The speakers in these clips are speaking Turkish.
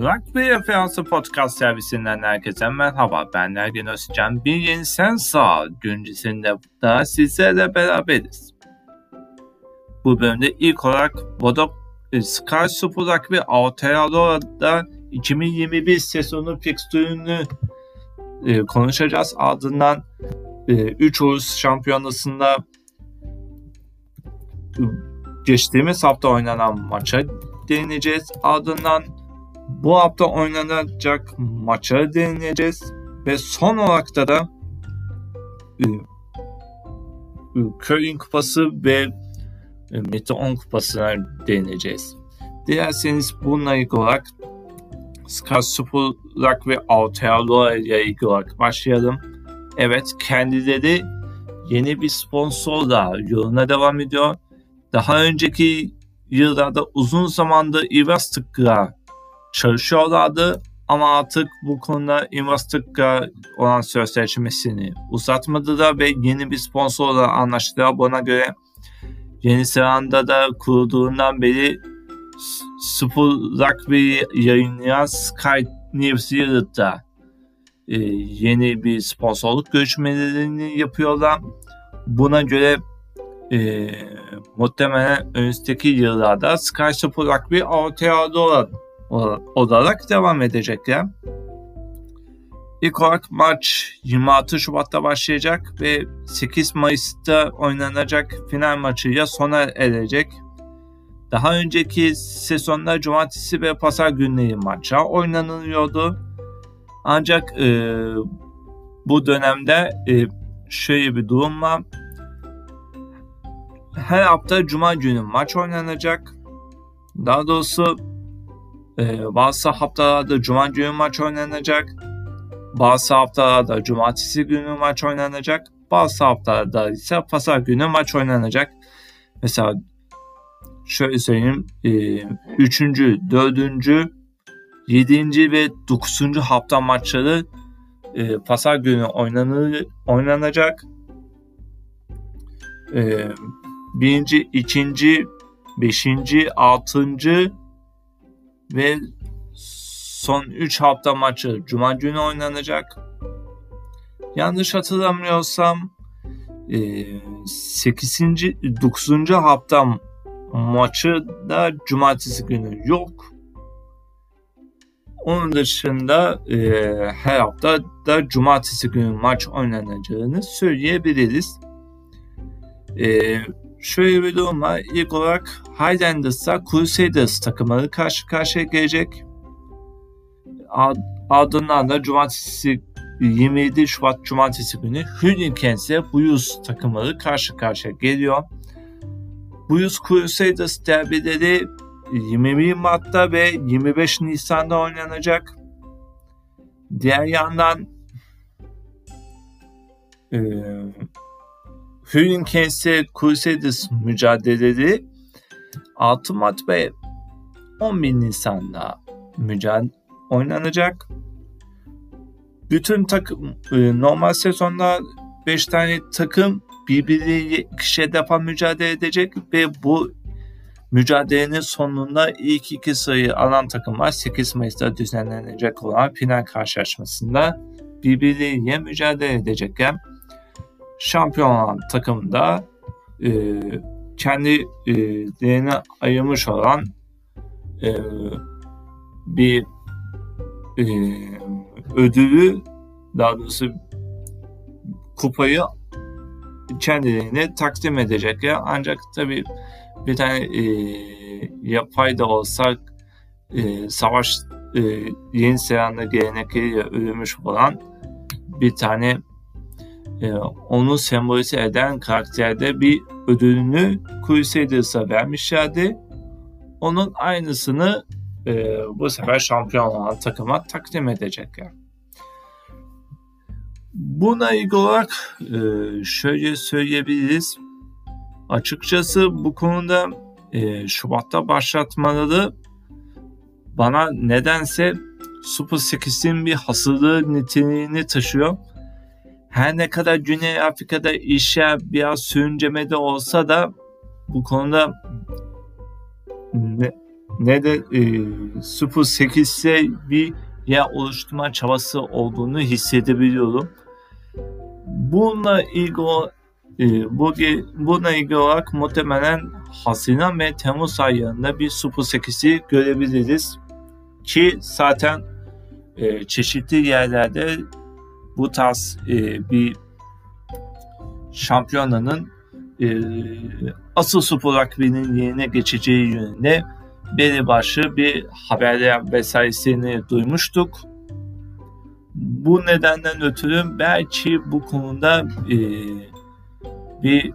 Rugby Referansı Podcast servisinden herkese merhaba. Ben Ergen Özcan. Bir yeni Sen Sağ güncesinde daha sizlerle beraberiz. Bu bölümde ilk olarak Bodok Sky Super Rugby Aotearoa'da 2021 sezonu fikstürünü konuşacağız. Ardından 3 Uluslararası Şampiyonası'nda geçtiğimiz hafta oynanan maça değineceğiz. Ardından bu hafta oynanacak maçlara değineceğiz. Ve son olarak da Curling Kupası ve Meteor Kupası'na değineceğiz. Dilerseniz bununla ilgili olarak Sky Super Rugby Aotearoa ile ilgili olarak başlayalım. Evet, kendileri yeni bir sponsorla yoluna devam ediyor. Daha önceki yıllarda uzun zamandır Ivastic'la çalışıyorlardı ama artık bu konuda Ivastic'la olan sözleşmesini uzatmadılar ve yeni bir sponsorla anlaştılar. Buna göre Yeni Zelanda'da kurulduğundan beri Super Rugby yayınlayan Sky New Zealand'da yeni bir sponsorluk görüşmelerini yapıyorlar. Buna göre muhtemelen önümüzdeki yıllarda Sky Super Rugby Aotearoa olarak devam edecekler. İlk olarak maç 26 Şubat'ta başlayacak ve 8 Mayıs'ta oynanacak final maçıyla sona erecek. Daha önceki sezonda cumartesi ve pazar günleri maçlar oynanılıyordu. Ancak bu dönemde şöyle bir durum var. Her hafta cuma günü maç oynanacak. Daha doğrusu bazı haftalarda cuma günü maç oynanacak. Bazı haftalarda cumartesi günü maç oynanacak. Bazı haftalarda ise pazar günü maç oynanacak. Mesela şöyle söyleyeyim. 3. 4. 7. ve 9. hafta maçları pazar günü oynanacak. 1. 2. 5. 6. ve son 3 hafta maçı cuma günü oynanacak. Yanlış hatırlamıyorsam 8. 9. hafta maçı da cumartesi günü yok. Onun dışında her hafta da cumartesi günü maç oynanacağını söyleyebiliriz. Şöyle bir durum var. İlk olarak Highlanders'la Crusaders takımları karşı karşıya gelecek. Ardından da 27 Şubat Cumartesi günü Hurricanes'le Blues takımları karşı karşıya geliyor. Blues Crusaders derbileri 21 Mart'ta ve 25 Nisan'da oynanacak. Diğer yandan Hurricanes'le Crusaders mücadeleleri 6 Mart ve 11 Nisan'da oynanacak. Bütün takım normal sezonda 5 tane takım birbiriyle ikişer defa mücadele edecek ve bu mücadelenin sonunda ilk 2 sayı alan takımlar 8 Mayıs'ta düzenlenecek olan final karşılaşmasında birbiriyle mücadele edecekler. Şampiyon olan takım da kendilerini ayırmış olan bir ödülü, daha doğrusu kupayı kendilerine takdim edecekler. Ancak tabii bir tane yapay da olsa savaş Yeni Zelanda gelenekleriyle ölmüş olan bir tane onu sembolize eden karakterde bir ödülünü Crusaders'a vermişlerdi. Onun aynısını bu sefer şampiyon olan takıma takdim edecekler. Buna ilgili olarak şöyle söyleyebiliriz. Açıkçası bu konuda Şubat'ta başlatmaları bana nedense Super 8'in bir hazırlığı niteliğini taşıyor. Her ne kadar Güney Afrika'da işler biraz sürüncemede olsa da bu konuda ne de 0-8'e bir yer oluşturma çabası olduğunu hissedebiliyorum. Bununla ilgili olarak muhtemelen Haziran ve Temmuz aylarında bir 0-8'i görebiliriz. Ki zaten çeşitli yerlerde bu tarz bir şampiyonanın asıl Super Rugby'nin yerine geçeceği yönünde belli başlı bir haberler vesairesini duymuştuk. Bu nedenden ötürü belki bu konuda bir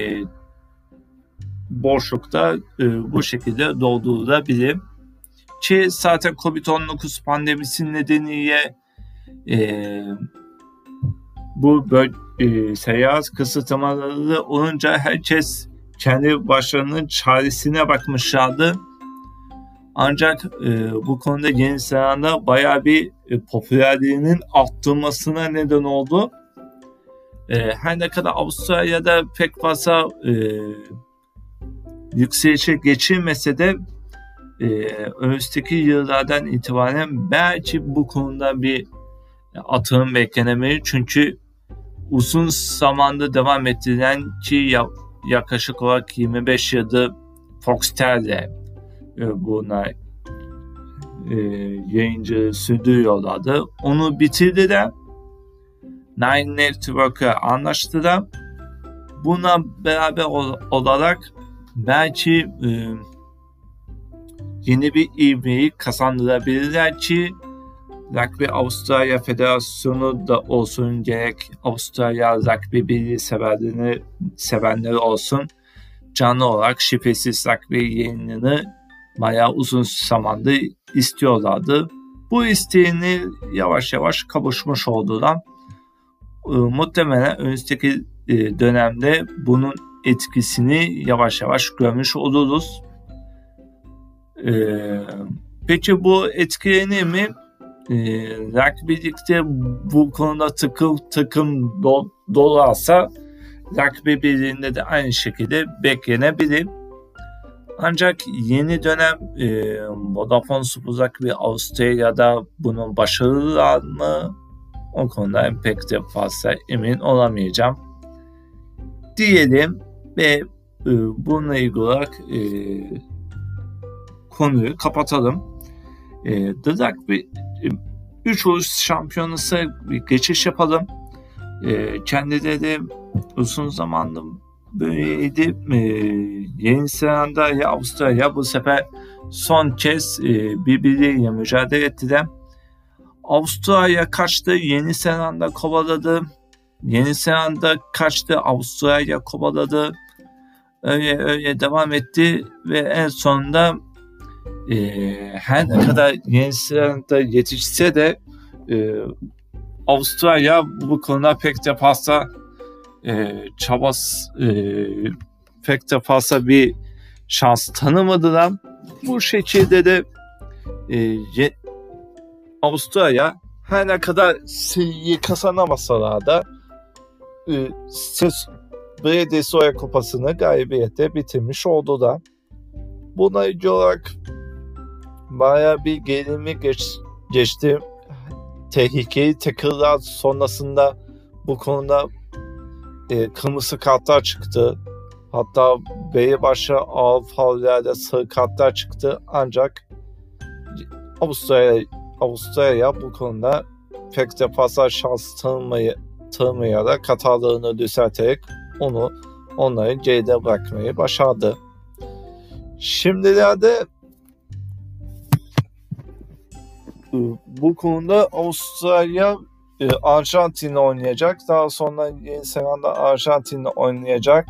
boşlukta bu şekilde doldurulabilir. Ki zaten Covid-19 pandemisinin nedeniyle bu seyahat kısıtlamaları olunca herkes kendi başlarının çaresine bakmışlardı. Ancak bu konuda Yeni Zelanda bayağı bir popülerliğinin artmasına neden oldu. Her ne kadar Avustralya'da pek fazla yükselişe geçilmese de önümüzdeki yıllardan itibaren belki bu konuda bir atılım beklenemeli. Çünkü uzun zamanda devam ettirilen ki yaklaşık olarak 25 yıldır Foxtel'le buna yayıncı sürdürüyorlardı. Onu bitirdiler. Nine Network'a anlaştılar. Buna beraber olarak belki yeni bir ivmeyi kazandırabilirler ki Rugby Avustralya Federasyonu da olsun, gerek Avustralya Rugby Birliği sevenleri olsun, canlı olarak şifresiz rugby yayınını bayağı uzun zamandır istiyorlardı. Bu isteğini yavaş yavaş kavuşmuş oldular. Muhtemelen önümüzdeki dönemde bunun etkisini yavaş yavaş görmüş oluruz. Peki bu etkilenir mi? Rugby'likte bu konuda takım dolarsa Rugby Birliği'nde de aynı şekilde beklenebilir. Ancak yeni dönem Vodafone Super Rugby Avustralya'da bunun başarılılar mı? O konuda pek de fazla emin olamayacağım diyelim ve bununla ilgili olarak konuyu kapatalım. The Rugby 3 uluş şampiyonası bir geçiş yapalım. Kendileri uzun zamandır böyleydi. Yeni Zelanda ya Avustralya bu sefer son kez birbirleriyle mücadele ettiler. Avustralya kaçtı, Yeni Zelanda kovaladı. Yeni Zelanda kaçtı, Avustralya kovaladı. Öyle devam etti ve en sonunda her ne kadar Yeni Zelanda yetişse de Avustralya bu konuda pek de fazla pek de fazla bir şans tanımadılar. Bu şekilde de Avustralya her ne kadar seriyi kazanamasalar da Brady Soya Kupası'nı galibiyete bitirmiş oldular. Buna ilgili olarak bayağı bir gerilimi geçti. Tehlikeli tackle'lar sonrasında bu konuda kırmızı kartlar çıktı. Hatta belli başlı ağır faullerde sarı kartlar çıktı. Ancak Avustralya bu konuda pek de fazla şans tanımayarak hatalarını düzelterek onları geride bırakmayı başardı. Şimdilerde bu konuda Avustralya Arjantin'le oynayacak. Daha sonra Yeni Zelanda Arjantin'le oynayacak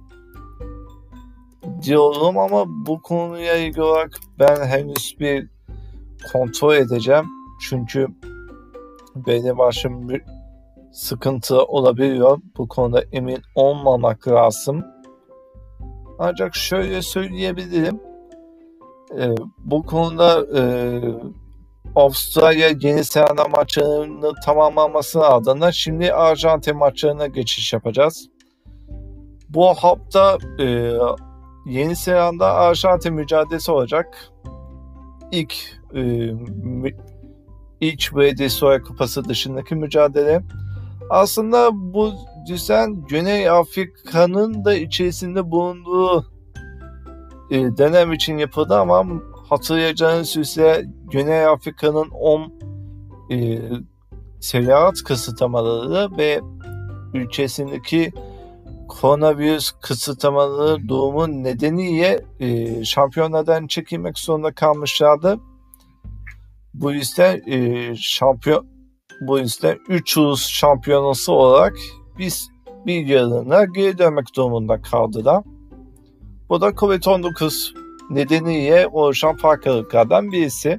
diyorum ama bu konuya ilgili olarak ben henüz bir kontrol edeceğim. Çünkü belli başlı bir sıkıntı olabiliyor. Bu konuda emin olmamak lazım. Ancak şöyle söyleyebilirim. Bu konuda Avustralya Yeni Zelanda maçlarını tamamlaması adına şimdi Arjantin maçlarına geçiş yapacağız. Bu hafta Yeni Zelanda Arjantin mücadelesi olacak. ilk BDSOA Kupası dışındaki mücadele. Aslında bu düzen Güney Afrika'nın da içerisinde bulunduğu dönem için yapıldı ama hatırlayacağınız üzere Güney Afrika'nın 10 seyahat kısıtlamaları ve ülkesindeki koronavirüs kısıtlamaları durumu nedeniyle şampiyonlardan çekilmek zorunda kalmışlardı. Bu yüzden bu yüzden 3 ulus şampiyonası olarak biz bir yarına geri dönmek durumunda kaldılar. Bu da Covid-19 nedeniyle oluşan farklılıklardan birisi.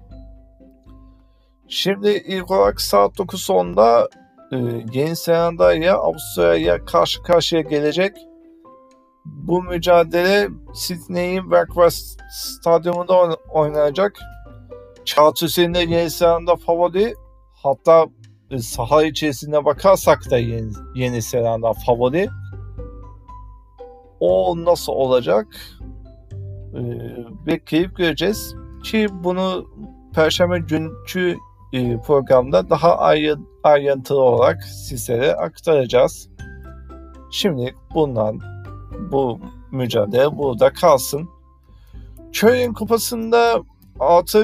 Şimdi ilk olarak saat 9.10'da Yeni Zelanda ile Avustralya karşı karşıya gelecek. Bu mücadele Sydney'in Wentworth Stadyumunda oynanacak. Kağıt üzerinde Yeni Zelanda favori. Hatta saha içerisine bakarsak da Yeni Zelanda favori. O nasıl olacak? Bekleyip göreceğiz. Ki bunu Perşembe günkü programda daha ayrıntılı olarak sizlere aktaracağız. Şimdi bu mücadele burada kalsın. Köyün kupasında artık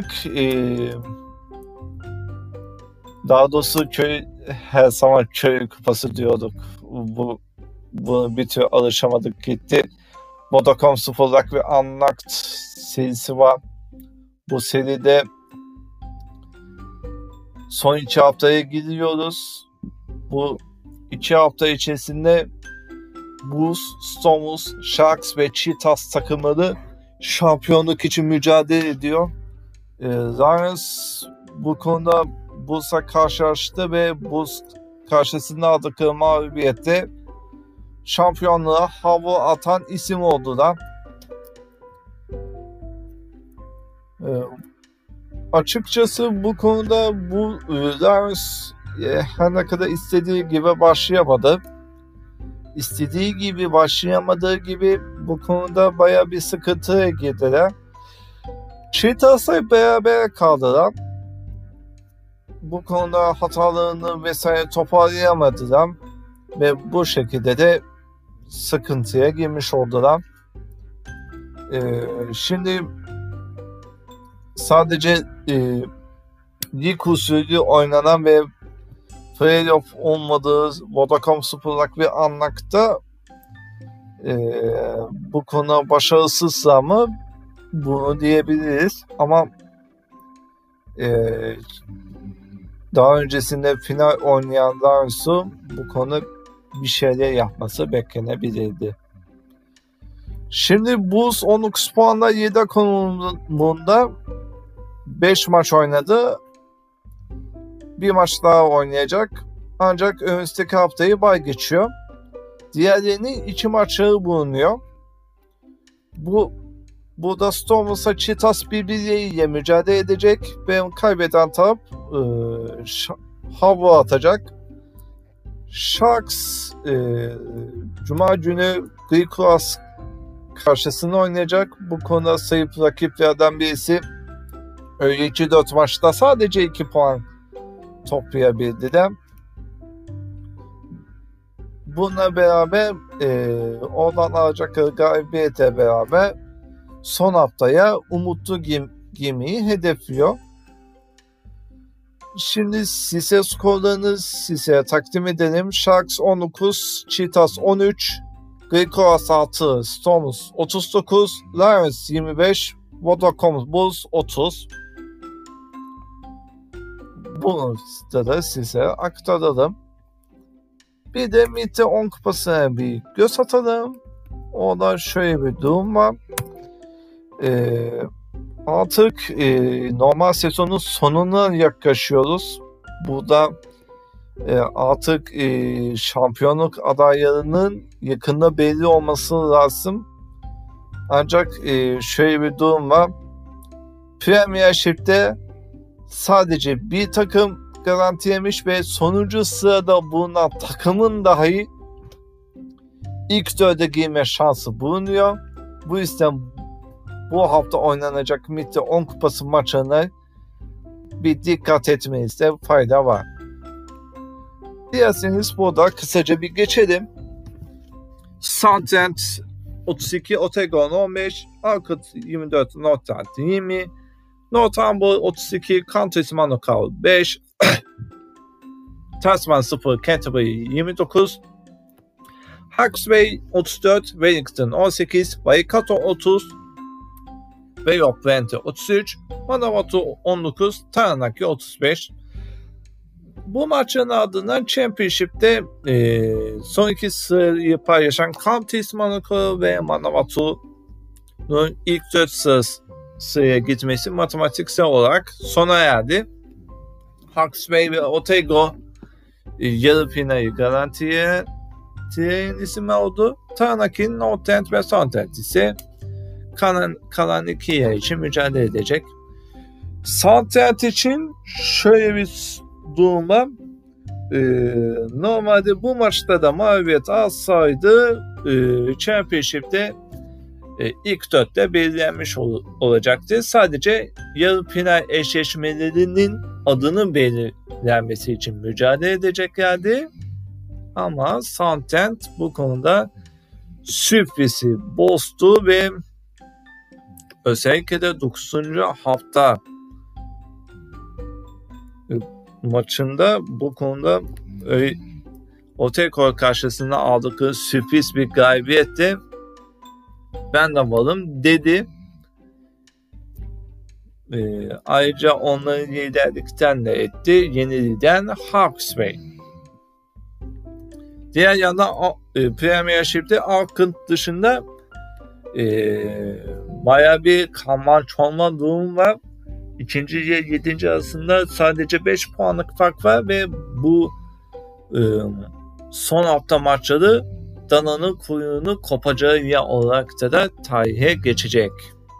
daha doğrusu her zaman köy kupası diyorduk. Bu bir tür alışamadık gitti. Vodacom Spor'lak ve Unlocked serisi var. Bu seride son 2 haftaya gidiyoruz. Bu 2 hafta içerisinde Bulls, Stormers, Sharks ve Cheetahs takımları şampiyonluk için mücadele ediyor. Lions bu konuda Bulls'a karşılaştı ve Bulls karşısında aldıkları mağlubiyette şampiyonluğa hava atan isim oldular. Açıkçası bu konuda bu Lions her ne kadar istediği gibi başlayamadı. İstediği gibi başlayamadığı gibi bu konuda baya bir sıkıntıya girdiler. Cheetahs'la beraber kaldılar. Bu konuda hatalarını vesaire toparlayamadılar ve bu şekilde de sıkıntıya girmiş oldular. Şimdi sadece lig usulü oynanan ve playoff olmadığı Vodacom Spor'lak ve Unlock'ta bu konu başarısızsa mı bunu diyebiliriz ama daha öncesinde final oynayan Lions'u bu konu bir şeyler yapması beklenebilirdi. Şimdi Bulls 19 puanla 7 konumunda 5 maç oynadı. Bir maç daha oynayacak. Ancak önümüzdeki haftayı bay geçiyor. Diğerlerinin 2 maçları bulunuyor. Burada Stormers'a Cheetahs birbirleriyle mücadele edecek ve kaybeden taraf hava atacak. Sharks Cuma günü Greek Cross karşısında oynayacak. Bu konuda sayıp rakiplerden birisi öyle 2-4 maçta sadece 2 puan toplayabildi de. Bununla beraber oradan alacakları galibiyetle beraber son haftaya umutlu girmeyi hedefliyor. Şimdi size skorlarını size takdim edelim. Sharks 19, Cheetahs 13, Greek Cross 6, Stormers 39, Lions 25, Vodacom Bulls 30. Bunu da size aktaralım. Bir de Mitte 10 kupasına bir göz atalım. Orada şöyle bir durum var. Artık normal sezonun sonuna yaklaşıyoruz. Burada artık şampiyonluk adaylarının yakında belli olması lazım. Ancak şöyle bir durum var. Premiership'te sadece bir takım garantilemiş ve sonuncu sırada bulunan takımın dahi ilk 4'e girme şansı bulunuyor. Bu yüzden bu hafta oynanacak Mitte 10 Kupası maçına bir dikkat etmenizde fayda var. Dilerseniz burada kısaca bir geçelim. Sunderland 32, Otagon 15, Arkut 24, Northland 20, Northampton 32, Country Manukau 5, Tasman 0, Canterbury 29, Hawke's 34, Wellington 18, Waikato 30, Bay of Plenty 33, Manawatu 19, Taranaki 35. Bu maçın ardından Championship'te son iki sırayı paylaşan County Manukau ve Manawatu'nun ilk 4 sıraya gitmesi matematiksel olarak sona erdi. Hawke's ve Otago yarı finali garantiye isim oldu. Taranaki, Northland ve Sunderland ise kalan iki yer için mücadele edecek. Sunderland için şöyle bir durum var. Normalde bu maçta da mağlubiyet alsaydı Championship'te ilk 4'te belirlenmiş olacaktı. Sadece yarı final eşleşmelerinin adının belirlenmesi için mücadele edeceklerdi. Ama Sunderland bu konuda sürprizi bozdu ve özellikle de 9. hafta maçında bu konuda Otago karşısında aldıkları sürpriz bir galibiyette ben de varım dedi. Ayrıca onları liderlikten de etti. Yenilgiden Hawke's. Diğer yandan Premiership'te Arkut dışında bayağı bir karman çorman durum var. İkinci ile 7. arasında sadece 5 puanlık fark var ve bu son hafta maçları dananın kuyruğunu kopacağı yer olarak da tarihe geçecek.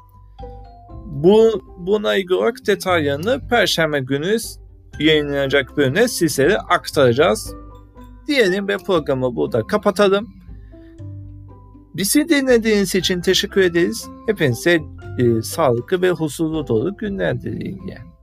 Buna ilgili olarak detaylarını Perşembe günü yayınlanacak bölümde sizlere aktaracağız. Diyelim ve programı burada kapatalım. Bizi dinlediğiniz için teşekkür ederiz. Hepinize sağlıklı ve huzurlu dolu günler dileğiyle.